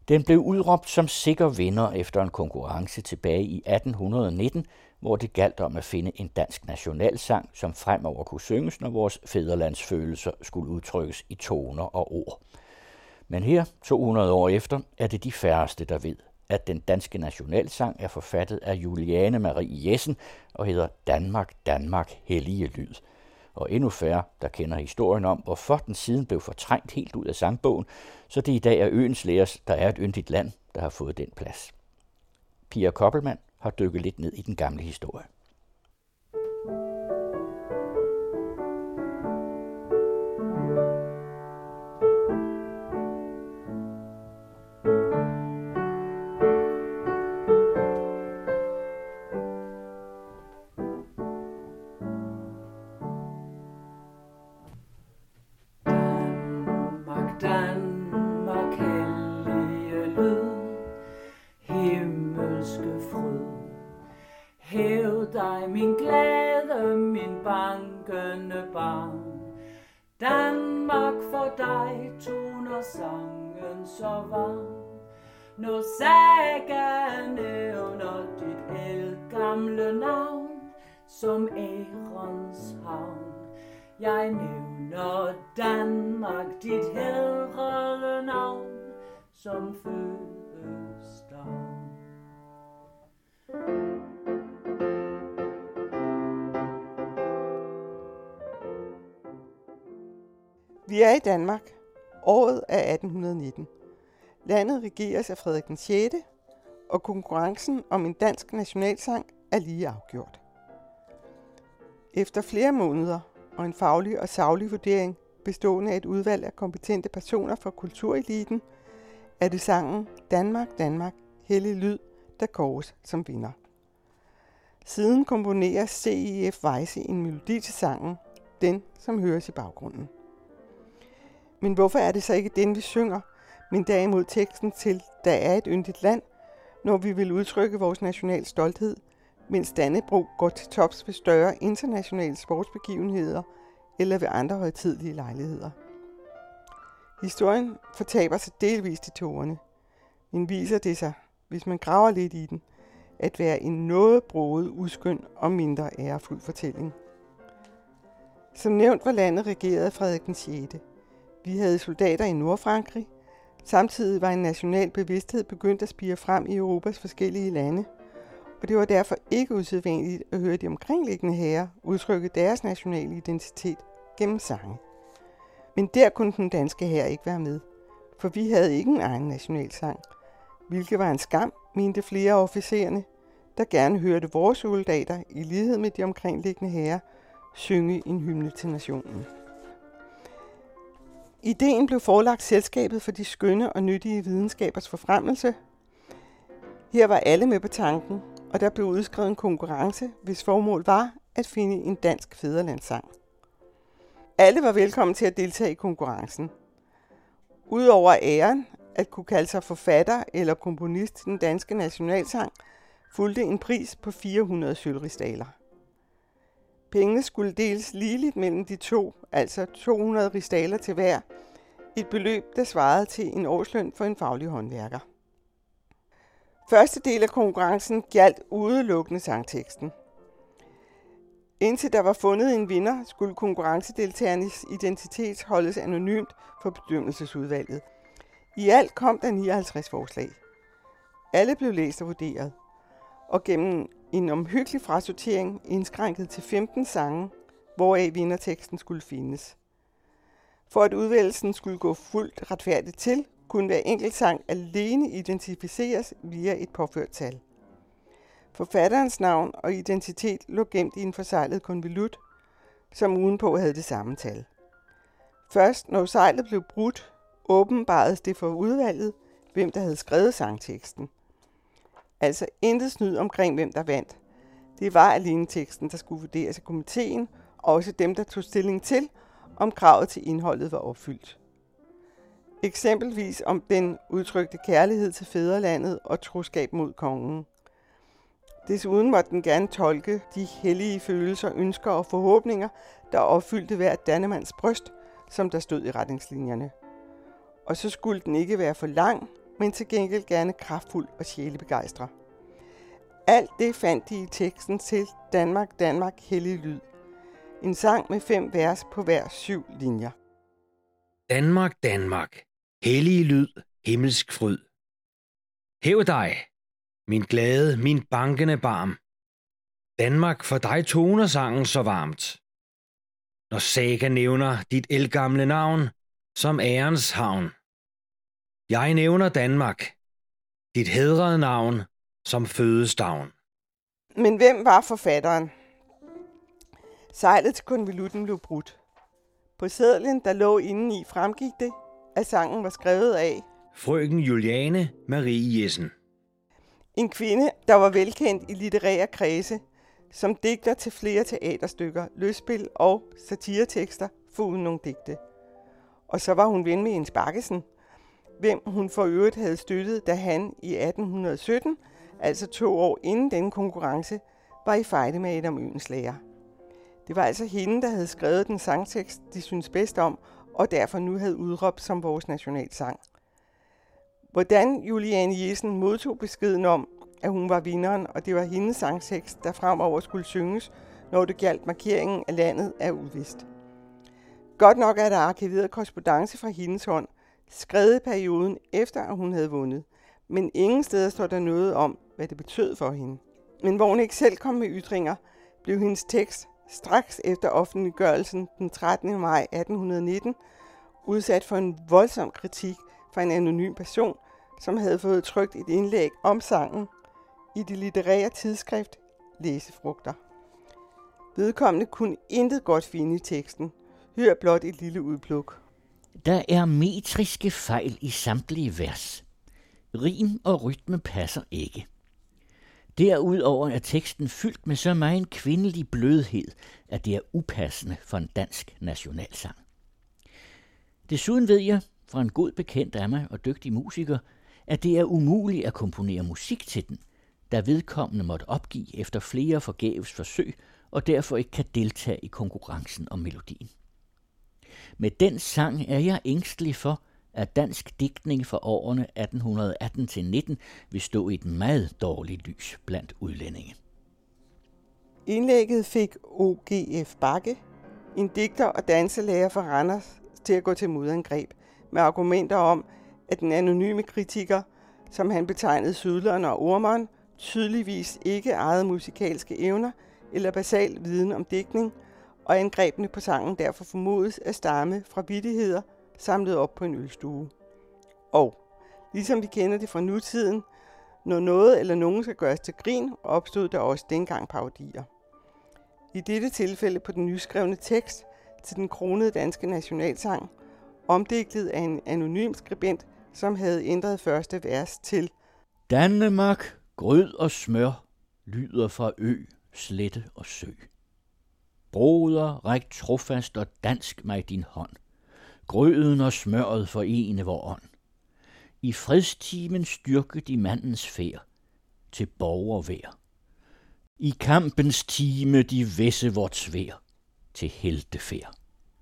Den blev udråbt som sikker vinder efter en konkurrence tilbage i 1819, hvor det galt om at finde en dansk nationalsang, som fremover kunne synges, når vores fædrelandsfølelser skulle udtrykkes i toner og ord. Men her, 200 år efter, er det de færreste, der ved, at den danske nationalsang er forfattet af Juliane Marie Jessen og hedder Danmark, Danmark, hellige lyd. Og endnu færre, der kender historien om, hvorfor den siden blev fortrængt helt ud af sangbogen, så det i dag er øens lærers, der er et yndigt land, der har fået den plads. Pia Koppelmann har dykket lidt ned i den gamle historie. Hæv dig, min glæde, min bankende barn. Danmark for dig toner sangen så varm. Når saga nævner dit ældgamle navn, som ærens havn. Jeg nævner Danmark, dit hædrede navn, som fødselsdag. Vi er i Danmark. Året er 1819. Landet regeres af Frederik den 6., og konkurrencen om en dansk nationalsang er lige afgjort. Efter flere måneder og en faglig og saglig vurdering bestående af et udvalg af kompetente personer fra kultureliten, er det sangen Danmark, Danmark, hellig lyd, der kåres som vinder. Siden komponerer C.I.F. Weise en melodi til sangen, den som høres i baggrunden. Men hvorfor er det så ikke den, vi synger, men derimod teksten til Der er et yndigt land, når vi vil udtrykke vores national stolthed, mens Dannebrog går til tops ved større internationale sportsbegivenheder eller ved andre højtidelige lejligheder? Historien fortaber sig delvist i tårerne, men viser det sig, hvis man graver lidt i den, at være en noget broget, uskøn og mindre ærefuld fortælling. Som nævnt var landet regeret af Frederik den 6. Vi havde soldater i Nordfrankrig. Samtidig var en national bevidsthed begyndt at spire frem i Europas forskellige lande, og det var derfor ikke usædvanligt at høre de omkringliggende hære udtrykke deres nationale identitet gennem sange. Men der kunne den danske hær ikke være med, for vi havde ikke en egen nationalsang, hvilket var en skam, mente flere af officererne, der gerne hørte vores soldater i lighed med de omkringliggende hære synge en hymne til nationen. Ideen blev forelagt Selskabet for de skønne og nyttige videnskabers forfremmelse. Her var alle med på tanken, og der blev udskrevet en konkurrence, hvis formål var at finde en dansk fædrelandssang. Alle var velkommen til at deltage i konkurrencen. Udover æren at kunne kalde sig forfatter eller komponist til den danske nationalsang, fulgte en pris på 400 sølvrigsdaler. Pengene skulle deles ligeligt mellem de to, altså 200 rigsdaler til hver, et beløb, der svarede til en årsløn for en faglig håndværker. Første del af konkurrencen gjaldt udelukkende sangteksten. Indtil der var fundet en vinder, skulle konkurrencedeltagernes identitet holdes anonymt for bedømmelsesudvalget. I alt kom der 59 forslag. Alle blev læst og vurderet, og gennem en omhyggelig frasortering indskrænket til 15 sange, hvoraf vinderteksten skulle findes. For at udvælgelsen skulle gå fuldt retfærdigt til, kunne hver enkelt sang alene identificeres via et påført tal. Forfatterens navn og identitet lå gemt i en forseglet konvolut, som udenpå havde det samme tal. Først når sejlet blev brudt, åbenbaredes det for udvalget, hvem der havde skrevet sangteksten. Altså intet snyd omkring, hvem der vandt. Det var alene teksten, der skulle vurderes af komiteen, og også dem, der tog stilling til, om kravet til indholdet var opfyldt. Eksempelvis om den udtrykte kærlighed til fædrelandet og troskab mod kongen. Desuden måtte den gerne tolke de hellige følelser, ønsker og forhåbninger, der opfyldte hver dannemands bryst, som der stod i retningslinjerne. Og så skulle den ikke være for lang, men til gengæld gerne kraftfuld og sjælebegejstrer. Alt det fandt de i teksten til Danmark, Danmark, hellig lyd. En sang med 5 vers på hver 7 linjer. Danmark, Danmark, hellige lyd, himmelsk fryd. Hæv dig, min glade, min bankende barm. Danmark, for dig toner sangen så varmt. Når saga nævner dit ældgamle navn som ærens havn. Jeg nævner Danmark, dit hædrede navn som fødestavn. Men hvem var forfatteren? Sejlet til konvolutten blev brudt. På sedlen, der lå indeni, fremgik det, at sangen var skrevet af Frøken Juliane Marie Jessen. En kvinde, der var velkendt i litterære kredse, som digter til flere teaterstykker, lystspil og satiretekster foruden nogle digte. Og så var hun ven med Jens Baggesen, hvem hun for øvrigt havde støttet, da han i 1817, altså 2 år inden denne konkurrence, var i fejde med Adam Oehlenschläger. Det var altså hende, der havde skrevet den sangtekst, de syntes bedst om, og derfor nu havde udråbt som vores nationalsang. Hvordan Juliane Jessen modtog beskeden om, at hun var vinderen, og det var hendes sangtekst, der fremover skulle synges, når det gjaldt markeringen af landet, er uvist. Godt nok er der arkiveret korrespondance fra hendes hånd, skrevet i perioden efter, at hun havde vundet, men ingen steder står der noget om, hvad det betød for hende. Men hvor hun ikke selv kom med ytringer, blev hendes tekst straks efter offentliggørelsen den 13. maj 1819 udsat for en voldsom kritik fra en anonym person, som havde fået trykt et indlæg om sangen i det litterære tidsskrift Læsefrugter. Vedkommende kunne intet godt finde i teksten. Hør blot et lille udpluk. Der er metriske fejl i samtlige vers. Rim og rytme passer ikke. Derudover er teksten fyldt med så meget en kvindelig blødhed, at det er upassende for en dansk nationalsang. Desuden ved jeg, fra en god bekendt af mig og dygtig musiker, at det er umuligt at komponere musik til den, da vedkommende måtte opgive efter flere forgæves forsøg og derfor ikke kan deltage i konkurrencen om melodien. Med den sang er jeg ængstelig for, at dansk digtning for årene 1818-19 vil stå i et meget dårligt lys blandt udlændinge. Indlægget fik O.G.F. Bakke, en digter og danselærer fra Randers, til at gå til modangreb med argumenter om, at den anonyme kritiker, som han betegnede Sydleren og Ormeren, tydeligvis ikke ejede musikalske evner eller basal viden om digtning, og angrebene på sangen derfor formodes at stamme fra vittigheder samlet op på en ølstue. Og, ligesom vi kender det fra nutiden, når noget eller nogen skal gøres til grin, opstod der også dengang parodier. I dette tilfælde på den nyskrevne tekst til den kronede danske nationalsang, omdigtet af en anonym skribent, som havde ændret første vers til Danmark, grød og smør, lyder fra ø, slette og sø. Broder, ræk trofast og dansk mig din hånd. Grøden og smøret forene vor ånd. I fredstimen styrke de mandens færd til borgervær. I kampens time de væsse vort svær til heltefærd.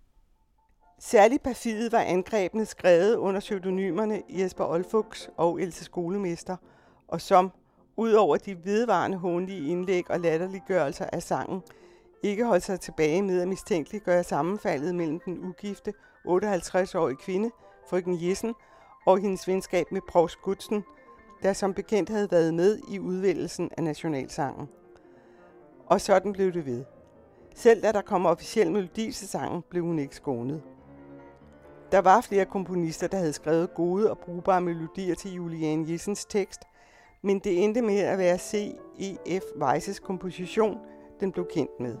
Særligt perfidet var angrebene skrevet under pseudonymerne Jesper Olfuchs og Else Skolemester, og som, ud over de vedvarende hånlige indlæg og latterliggørelser af sangen, ikke holdt sig tilbage med at mistænkeliggøre sammenfaldet mellem den ugifte 58-årige kvinde, frøken Jessen, og hendes venskab med provst Gudsen, der som bekendt havde været med i udvælgelsen af nationalsangen. Og sådan blev det ved. Selv da der kom officiel melodi til sangen, blev hun ikke skånet. Der var flere komponister, der havde skrevet gode og brugbare melodier til Juliane Jessens tekst, men det endte med at være C.E.F. Weisses komposition, den blev kendt med.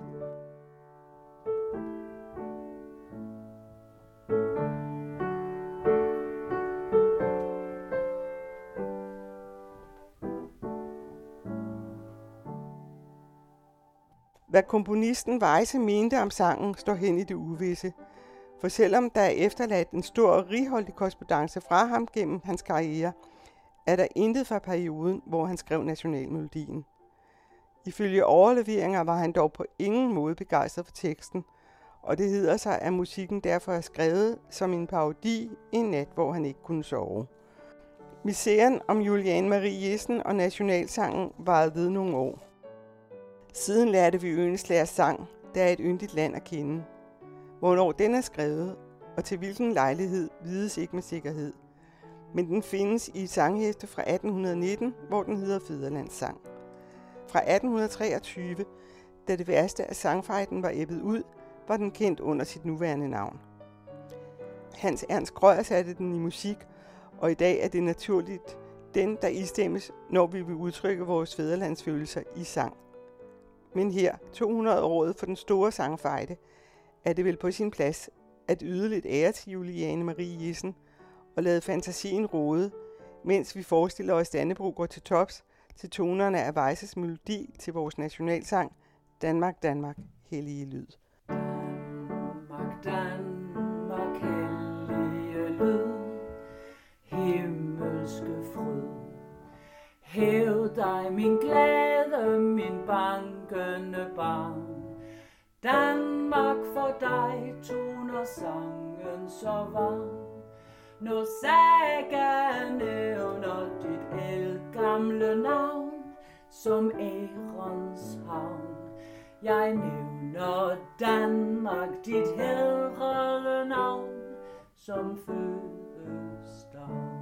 Hvad komponisten Weisse mente om sangen, står hen i det uvisse. For selvom der er efterladt en stor og righoldig korrespondance fra ham gennem hans karriere, er der intet fra perioden, hvor han skrev nationalmelodien. Ifølge overleveringer var han dog på ingen måde begejstret for teksten, og det hedder sig, at musikken derfor er skrevet som en parodi en nat, hvor han ikke kunne sove. Miseren om Juliane Marie Jessen og nationalsangen varede ved nogle år. Siden lærte vi Oehlenschlägers sang, Der er et yndigt land at kende. Hvornår den er skrevet, og til hvilken lejlighed, vides ikke med sikkerhed. Men den findes i et sanghæfte fra 1819, hvor den hedder Fædrelandssang. Fra 1823, da det værste af sangfejden var ebbet ud, var den kendt under sit nuværende navn. Hans Ernst Krøyer satte den i musik, og i dag er det naturligt den, der istemmes, når vi vil udtrykke vores fædrelandsfølelser i sang. Men her, 200-året for den store sangfejde, er det vel på sin plads at yde lidt ære til Juliane Marie Jessen og lade fantasien råde, mens vi forestiller os, at Dannebrog går til tops til tonerne af Weisses melodi til vores nationalsang, Danmark, Danmark, hellige lyd. Danmark, Danmark, hellige lyd, himmelske fryd. Hæv dig, min glæde, min bankende barn. Danmark, for dig toner sangen så varm. Når saga nævner dit ældgamle navn, som ærens havn. Jeg nævner Danmark, dit hædrede navn, som fødesdag.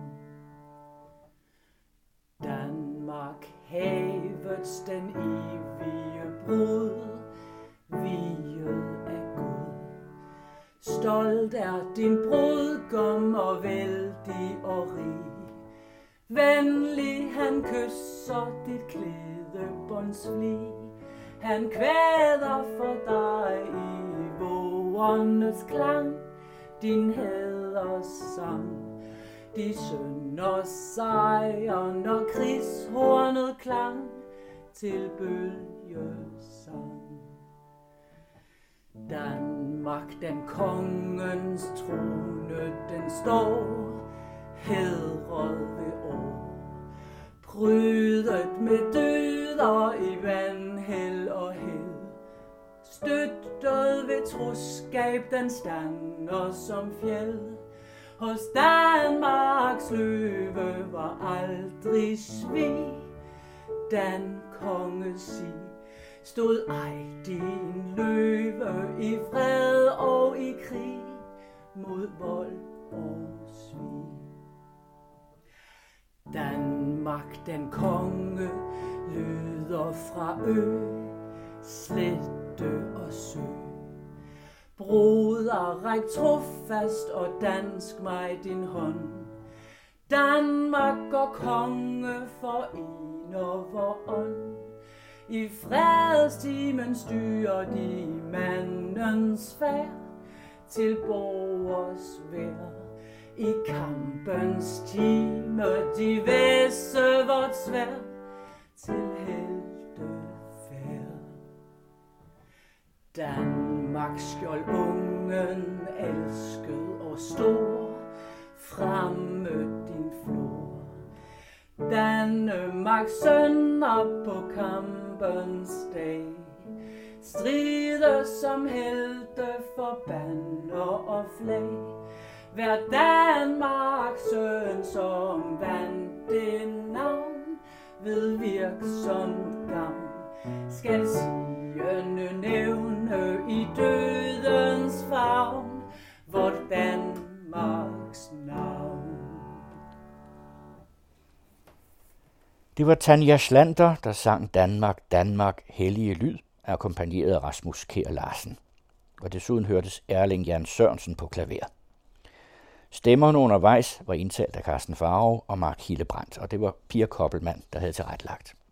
Danmark, havets den evige brud, viet af Gud. Stolt er din brudgom og vældig og rig. Venlig han kysser dit klædebåndsfli. Han kvæder for dig i vågernes klang, din hæders sang. De synger sejr, når krigshornet klang til bølgesang. Danmark, den kongens trone, den står, hædret ved år. Prydet med dyder i vandhæld og held. Støttet ved troskab, den stanger som fjeld. Hos Danmarks løve var aldrig svig. Dan konge sig, stod ej din løve i fred og i krig mod vold og svig. Danmark, den konge, lyder fra ø, slette og sø. Broder, ræk trofast og dansk mig din hånd. Danmark og konge forener vor ånd. I fredstimen styrer de mandens færd til borgers vær. I kampens time de væsse vort sværd til heltefærd. Danmarks skjold ungen elsket og stor, fremme din flor. Danmarks sønner på kampens dag, stride som helte for banner og flag. Hver Danmarks søn, som vandt det navn, ved virksom gavn, skal sigende nævne i dødens favn, vort Danmarks navn. Det var Tanja Schlander, der sang Danmark, Danmark, hellige lyd, akkompagneret af Rasmus Kjær Larsen. Og desuden hørtes Erling Jan Sørensen på klaver. Stemmerne undervejs var indtalt af Carsten Farov og Mark Hillebrandt, og det var Pia Koppelmann, der havde tilrettelagt.